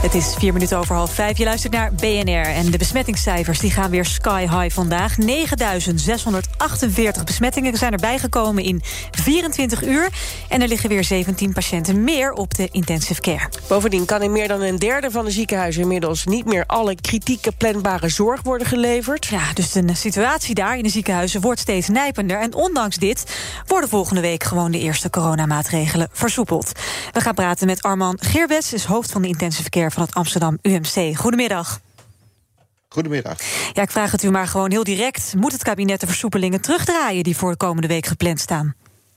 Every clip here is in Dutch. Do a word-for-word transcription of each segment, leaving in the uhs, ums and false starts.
Het is vier minuten over half vijf. Je luistert naar B N R. En de besmettingscijfers die gaan weer sky high vandaag. negenduizend zeshonderdachtenveertig besmettingen zijn erbij gekomen in vierentwintig uur. En er liggen weer zeventien patiënten meer op de intensive care. Bovendien kan in meer dan een derde van de ziekenhuizen inmiddels niet meer alle kritieke planbare zorg worden geleverd. Ja, dus de situatie daar in de ziekenhuizen wordt steeds nijpender. En ondanks dit worden volgende week gewoon de eerste coronamaatregelen versoepeld. We gaan praten met Arman Geerbes, is hoofd van de intensive care van het Amsterdam U M C. Goedemiddag. Goedemiddag. Ja, ik vraag het u maar gewoon heel direct. Moet het kabinet de versoepelingen terugdraaien die voor de komende week gepland staan?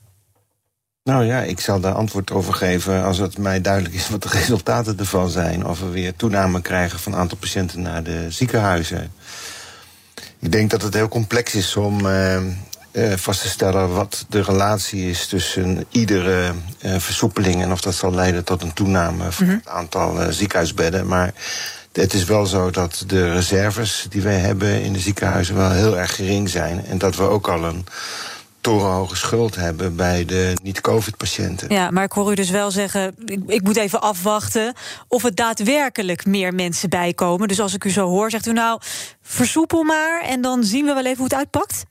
Nou ja, ik zal daar antwoord over geven als het mij duidelijk is wat de resultaten ervan zijn. Of we weer toename krijgen van aantal patiënten naar de ziekenhuizen. Ik denk dat het heel complex is om uh, uh, vast te stellen wat de relatie is tussen iedere uh, versoepeling en of dat zal leiden tot een toename van het aantal uh, ziekenhuisbedden. Maar het is wel zo dat de reserves die wij hebben in de ziekenhuizen wel heel erg gering zijn. En dat we ook al een torenhoge schuld hebben bij de niet-covid-patiënten. Ja, maar ik hoor u dus wel zeggen, ik, ik moet even afwachten of het daadwerkelijk meer mensen bijkomen. Dus als ik u zo hoor, zegt u nou, versoepel maar en dan zien we wel even hoe het uitpakt?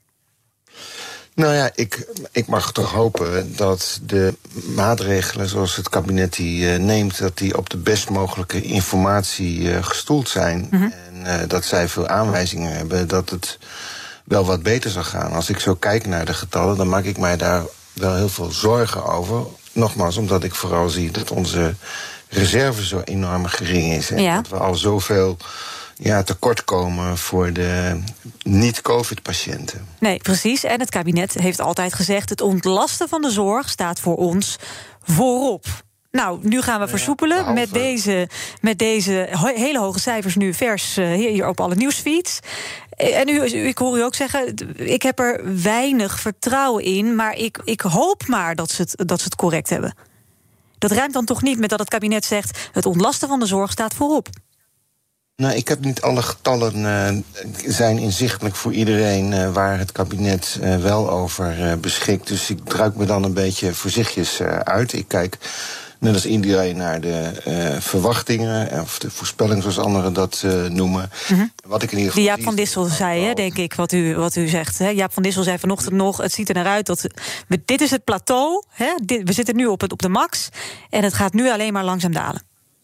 Nou ja, ik, ik mag toch hopen dat de maatregelen zoals het kabinet die uh, neemt, dat die op de best mogelijke informatie uh, gestoeld zijn. Mm-hmm. En uh, dat zij veel aanwijzingen hebben dat het wel wat beter zal gaan. Als ik zo kijk naar de getallen, dan maak ik mij daar wel heel veel zorgen over. Nogmaals, omdat ik vooral zie dat onze reserve zo enorm gering is. En ja. dat we al zoveel ja, tekort komen voor de niet-covid-patiënten. Nee, precies. En het kabinet heeft altijd gezegd, het ontlasten van de zorg staat voor ons voorop. Nou, nu gaan we versoepelen ja, met, deze, met deze hele hoge cijfers nu vers uh, hier op alle nieuwsfeeds. En u, ik hoor u ook zeggen, ik heb er weinig vertrouwen in, maar ik, ik hoop maar dat ze, het, dat ze het correct hebben. Dat rijmt dan toch niet met dat het kabinet zegt, het ontlasten van de zorg staat voorop? Nou, ik heb niet alle getallen uh, zijn inzichtelijk voor iedereen uh, waar het kabinet uh, wel over uh, beschikt. Dus ik druik me dan een beetje voorzichtig uh, uit. Ik kijk net als iedereen naar de uh, verwachtingen, of de voorspelling zoals anderen dat uh, noemen. Mm-hmm. Wat ik in ieder geval Die Jaap van Dissel zei, hè, denk ik, wat u, wat u zegt. Hè? Jaap van Dissel zei vanochtend nog, het ziet er naar uit dat we, dit is het plateau. Hè? Dit, we zitten nu op, het, op de max en het gaat nu alleen maar langzaam dalen.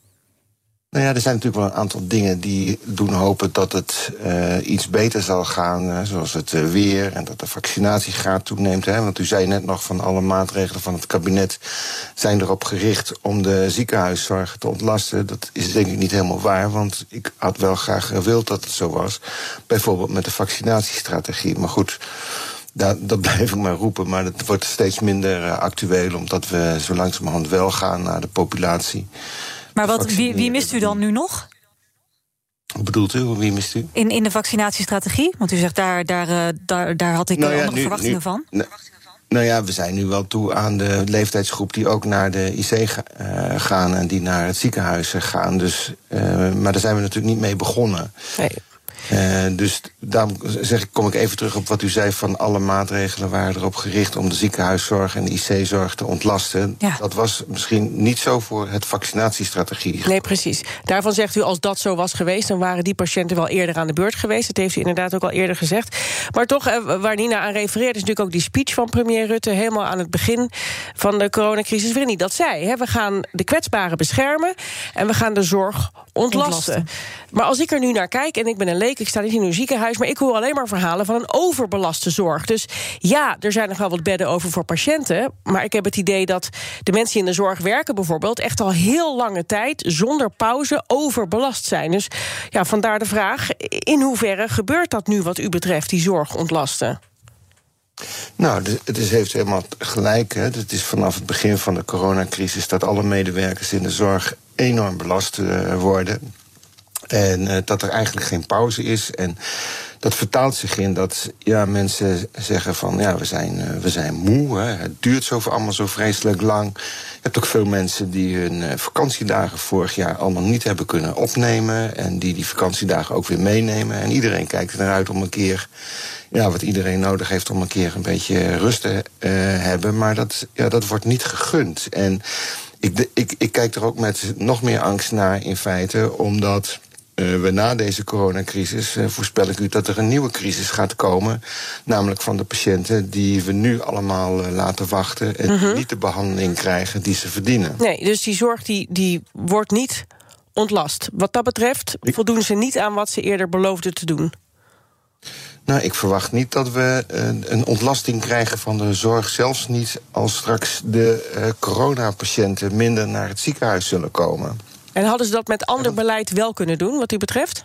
Nou ja, er zijn natuurlijk wel een aantal dingen die doen hopen dat het uh, iets beter zal gaan. Uh, zoals het uh, weer en dat de vaccinatiegraad toeneemt. Hè, want u zei net nog van alle maatregelen van het kabinet zijn erop gericht om de ziekenhuiszorg te ontlasten. Dat is denk ik niet helemaal waar, want ik had wel graag gewild dat het zo was. Bijvoorbeeld met de vaccinatiestrategie. Maar goed, Dat, dat blijf ik maar roepen, maar het wordt steeds minder uh, actueel, omdat we zo langzamerhand wel gaan naar de populatie. Maar wat, wie, wie mist u dan nu nog? Hoe bedoelt u? Wie mist u? In, in de vaccinatiestrategie? Want u zegt, daar, daar, daar, daar had ik nou ja, andere nu, verwachtingen nu, van. Nou, nou ja, we zijn nu wel toe aan de leeftijdsgroep die ook naar de I C ga, uh, gaan en die naar het ziekenhuis gaan. Dus, uh, maar daar zijn we natuurlijk niet mee begonnen. Nee. Uh, dus daarom zeg ik, kom ik even terug op wat u zei van alle maatregelen waren erop gericht om de ziekenhuiszorg en de I C-zorg te ontlasten. Ja. Dat was misschien niet zo voor het vaccinatiestrategie. Nee, precies. Daarvan zegt u, als dat zo was geweest, dan waren die patiënten wel eerder aan de beurt geweest. Dat heeft u inderdaad ook al eerder gezegd. Maar toch, waar Nina aan refereert, is natuurlijk ook die speech van premier Rutte helemaal aan het begin van de coronacrisis, waarin hij dat zei. Hè? We gaan de kwetsbaren beschermen en we gaan de zorg ontlasten. ontlasten. Maar als ik er nu naar kijk, en ik ben een leek, ik sta niet in uw ziekenhuis, maar ik hoor alleen maar verhalen van een overbelaste zorg. Dus ja, er zijn nog wel wat bedden over voor patiënten, maar ik heb het idee dat de mensen die in de zorg werken bijvoorbeeld echt al heel lange tijd zonder pauze overbelast zijn. Dus ja, vandaar de vraag, in hoeverre gebeurt dat nu wat u betreft, die zorg ontlasten? Nou, het is, heeft helemaal gelijk. Hè. Het is vanaf het begin van de coronacrisis dat alle medewerkers in de zorg enorm belast uh, worden. En uh, dat er eigenlijk geen pauze is. En dat vertaalt zich in dat ja, mensen zeggen van ja, we zijn, uh, we zijn moe. Hè. Het duurt zo allemaal zo vreselijk lang. Je hebt ook veel mensen die hun uh, vakantiedagen vorig jaar allemaal niet hebben kunnen opnemen. En die die vakantiedagen ook weer meenemen. En iedereen kijkt er naar uit om een keer, ja, wat iedereen nodig heeft om een keer een beetje rust te uh, hebben. Maar dat, ja, dat wordt niet gegund. En ik, ik, ik kijk er ook met nog meer angst naar in feite, omdat uh, we na deze coronacrisis, uh, voorspel ik u dat er een nieuwe crisis gaat komen, namelijk van de patiënten die we nu allemaal uh, laten wachten en uh-huh. niet de behandeling krijgen die ze verdienen. Nee, dus die zorg die, die wordt niet ontlast. Wat dat betreft voldoen ze niet aan wat ze eerder beloofden te doen. Nou, ik verwacht niet dat we een, een ontlasting krijgen van de zorg, zelfs niet als straks de uh, coronapatiënten minder naar het ziekenhuis zullen komen. En hadden ze dat met ander beleid wel kunnen doen, wat u betreft?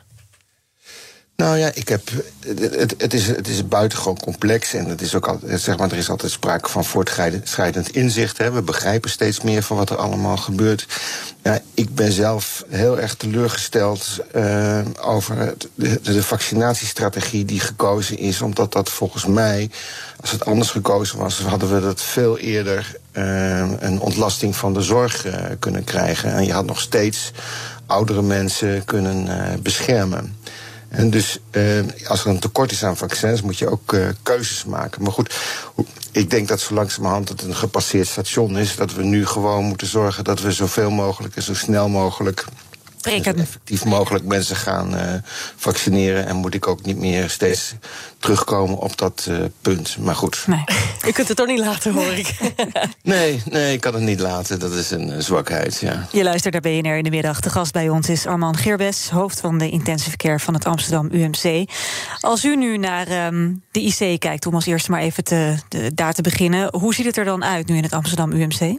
Nou ja, ik heb, het, het, is, het is buitengewoon complex en het is ook altijd, zeg maar, er is altijd sprake van voortschrijdend inzicht. Hè. We begrijpen steeds meer van wat er allemaal gebeurt. Ja, ik ben zelf heel erg teleurgesteld uh, over het, de, de vaccinatiestrategie die gekozen is, omdat dat volgens mij, als het anders gekozen was, hadden we dat veel eerder uh, een ontlasting van de zorg uh, kunnen krijgen. En je had nog steeds oudere mensen kunnen uh, beschermen. En dus uh, als er een tekort is aan vaccins, moet je ook uh, keuzes maken. Maar goed, ik denk dat zo langzamerhand het een gepasseerd station is, dat we nu gewoon moeten zorgen dat we zoveel mogelijk en zo snel mogelijk en zo effectief mogelijk mensen gaan uh, vaccineren. En moet ik ook niet meer steeds terugkomen op dat uh, punt. Maar goed. Nee. U kunt het toch niet laten, hoor ik. nee, nee, ik kan het niet laten. Dat is een uh, zwakheid, ja. Je luistert naar B N R in de middag. De gast bij ons is Armand Geerbes, hoofd van de intensive care van het Amsterdam U M C. Als u nu naar um, de I C kijkt, om als eerste maar even te, de, daar te beginnen, hoe ziet het er dan uit nu in het Amsterdam U M C?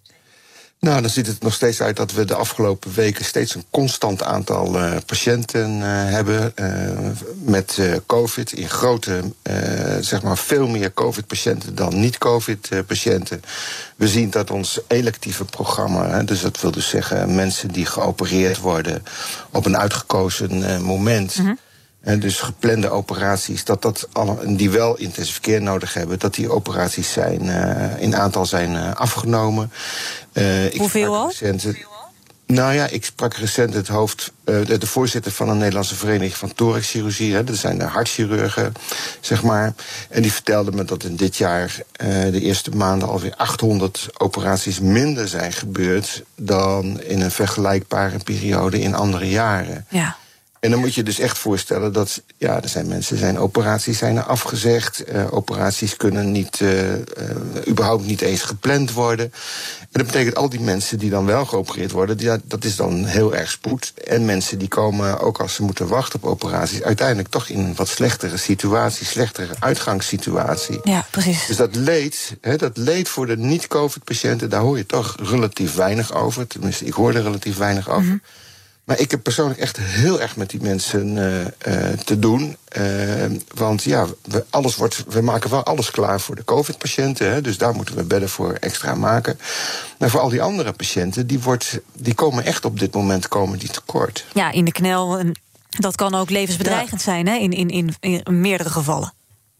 Nou, dan ziet het nog steeds uit dat we de afgelopen weken steeds een constant aantal uh, patiënten uh, hebben uh, met uh, COVID. In grote, uh, zeg maar veel meer COVID-patiënten dan niet-COVID-patiënten. We zien dat ons electieve programma, hè, dus dat wil dus zeggen mensen die geopereerd worden op een uitgekozen uh, moment. Mm-hmm. En dus geplande operaties, dat dat alle, die wel intensive care nodig hebben, dat die operaties zijn, uh, in aantal zijn uh, afgenomen. Uh, Hoeveel al? Recent, nou ja, ik sprak recent het hoofd, uh, de, de voorzitter van de Nederlandse Vereniging van Thoraxchirurgie. Hè, dat zijn de hartchirurgen, zeg maar. En die vertelde me dat in dit jaar uh, de eerste maanden alweer achthonderd operaties minder zijn gebeurd dan in een vergelijkbare periode in andere jaren. Ja. En dan moet je dus echt voorstellen dat, ja, er zijn mensen, zijn operaties zijn er afgezegd. Uh, operaties kunnen niet, uh, uh, überhaupt niet eens gepland worden. En dat betekent al die mensen die dan wel geopereerd worden, die, dat is dan heel erg spoed. En mensen die komen, ook als ze moeten wachten op operaties, uiteindelijk toch in een wat slechtere situatie, slechtere uitgangssituatie. Ja, precies. Dus dat leed, he, dat leed voor de niet-COVID-patiënten, daar hoor je toch relatief weinig over. Tenminste, ik hoor er relatief weinig over. Mm-hmm. Maar ik heb persoonlijk echt heel erg met die mensen uh, uh, te doen. Uh, want ja, we, alles wordt, we maken wel alles klaar voor de COVID-patiënten. Hè, dus daar moeten we bedden voor extra maken. Maar voor al die andere patiënten, die, wordt, die komen echt op dit moment komen die tekort. Ja, in de knel. En dat kan ook levensbedreigend ja. zijn, hè, in, in, in, in meerdere gevallen.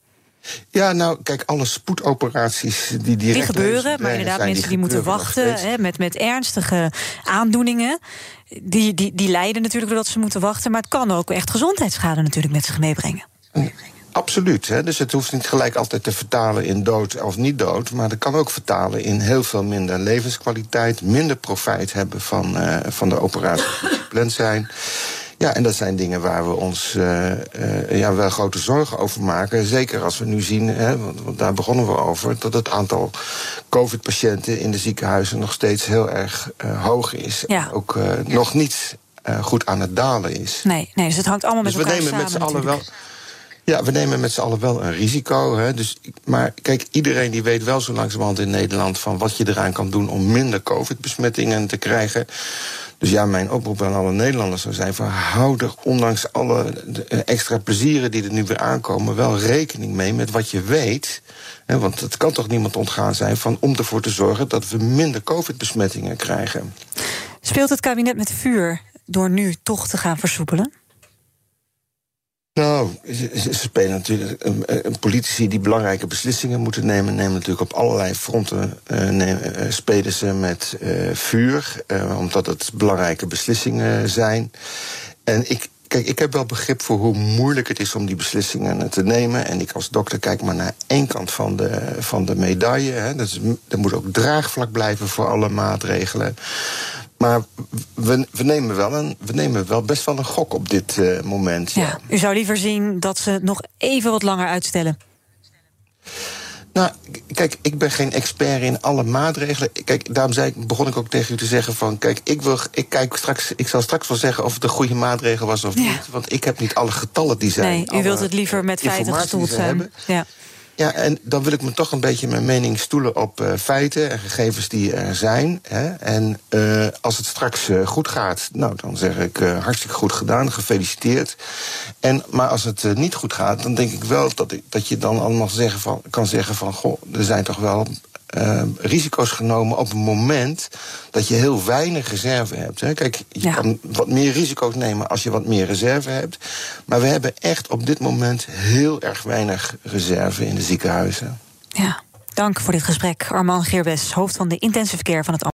Ja, nou, kijk, alle spoedoperaties die direct die gebeuren, maar inderdaad zijn, mensen die, die moeten wachten hè, met, met ernstige aandoeningen. Die, die, die lijden natuurlijk doordat ze moeten wachten. Maar het kan ook echt gezondheidsschade natuurlijk met zich meebrengen. Absoluut. Hè. Dus het hoeft niet gelijk altijd te vertalen in dood of niet dood. Maar dat kan ook vertalen in heel veel minder levenskwaliteit. Minder profijt hebben van, uh, van de operaties die gepland zijn. Ja, en dat zijn dingen waar we ons uh, uh, ja, wel grote zorgen over maken. Zeker als we nu zien, hè, want, want daar begonnen we over, dat het aantal COVID-patiënten in de ziekenhuizen nog steeds heel erg uh, hoog is. Ja. En ook uh, nog niet uh, goed aan het dalen is. Nee, nee, dus het hangt allemaal dus met elkaar samen. Dus we nemen met z'n allen wel. Ja, we nemen met z'n allen wel een risico. Hè. Dus, maar kijk, iedereen die weet wel zo langzamerhand in Nederland van wat je eraan kan doen om minder COVID-besmettingen te krijgen. Dus ja, mijn oproep aan alle Nederlanders zou zijn van hou er ondanks alle extra plezieren die er nu weer aankomen wel rekening mee met wat je weet. Hè, want het kan toch niemand ontgaan zijn van om ervoor te zorgen dat we minder COVID-besmettingen krijgen. Speelt het kabinet met vuur door nu toch te gaan versoepelen? Nou, ze, ze spelen natuurlijk. Een, een politici die belangrijke beslissingen moeten nemen, nemen natuurlijk op allerlei fronten uh, nemen, uh, spelen ze met uh, vuur, uh, omdat het belangrijke beslissingen zijn. En ik, kijk, ik heb wel begrip voor hoe moeilijk het is om die beslissingen te nemen. En ik als dokter kijk maar naar één kant van de, van de medaille. Hè. Dus er moet ook draagvlak blijven voor alle maatregelen. Maar we, we, nemen wel een, we nemen wel best wel een gok op dit uh, moment. Ja, ja. U zou liever zien dat ze het nog even wat langer uitstellen? Nou, kijk, ik ben geen expert in alle maatregelen. Kijk, daarom zei ik, begon ik ook tegen u te zeggen van... kijk, ik, wil, ik, kijk straks, ik zal straks wel zeggen of het een goede maatregel was of ja. niet. Want ik heb niet alle getallen die zijn. Nee, u wilt het liever met feiten gestoeld zijn. Ja. Ja, en dan wil ik me toch een beetje mijn mening stoelen op uh, feiten en gegevens die er zijn. Hè. En uh, als het straks uh, goed gaat, nou, dan zeg ik uh, hartstikke goed gedaan, gefeliciteerd. En, maar als het uh, niet goed gaat, dan denk ik wel dat, ik, dat je dan allemaal zeggen van, kan zeggen van... goh, er zijn toch wel uh, risico's genomen op een moment dat je heel weinig reserve hebt. Hè. Kijk, je ja. kan wat meer risico's nemen als je wat meer reserve hebt. Maar we hebben echt op dit moment heel erg weinig reserve in de ziekenhuizen. Ja, dank voor dit gesprek. Armand Geerbes, hoofd van de intensive care van het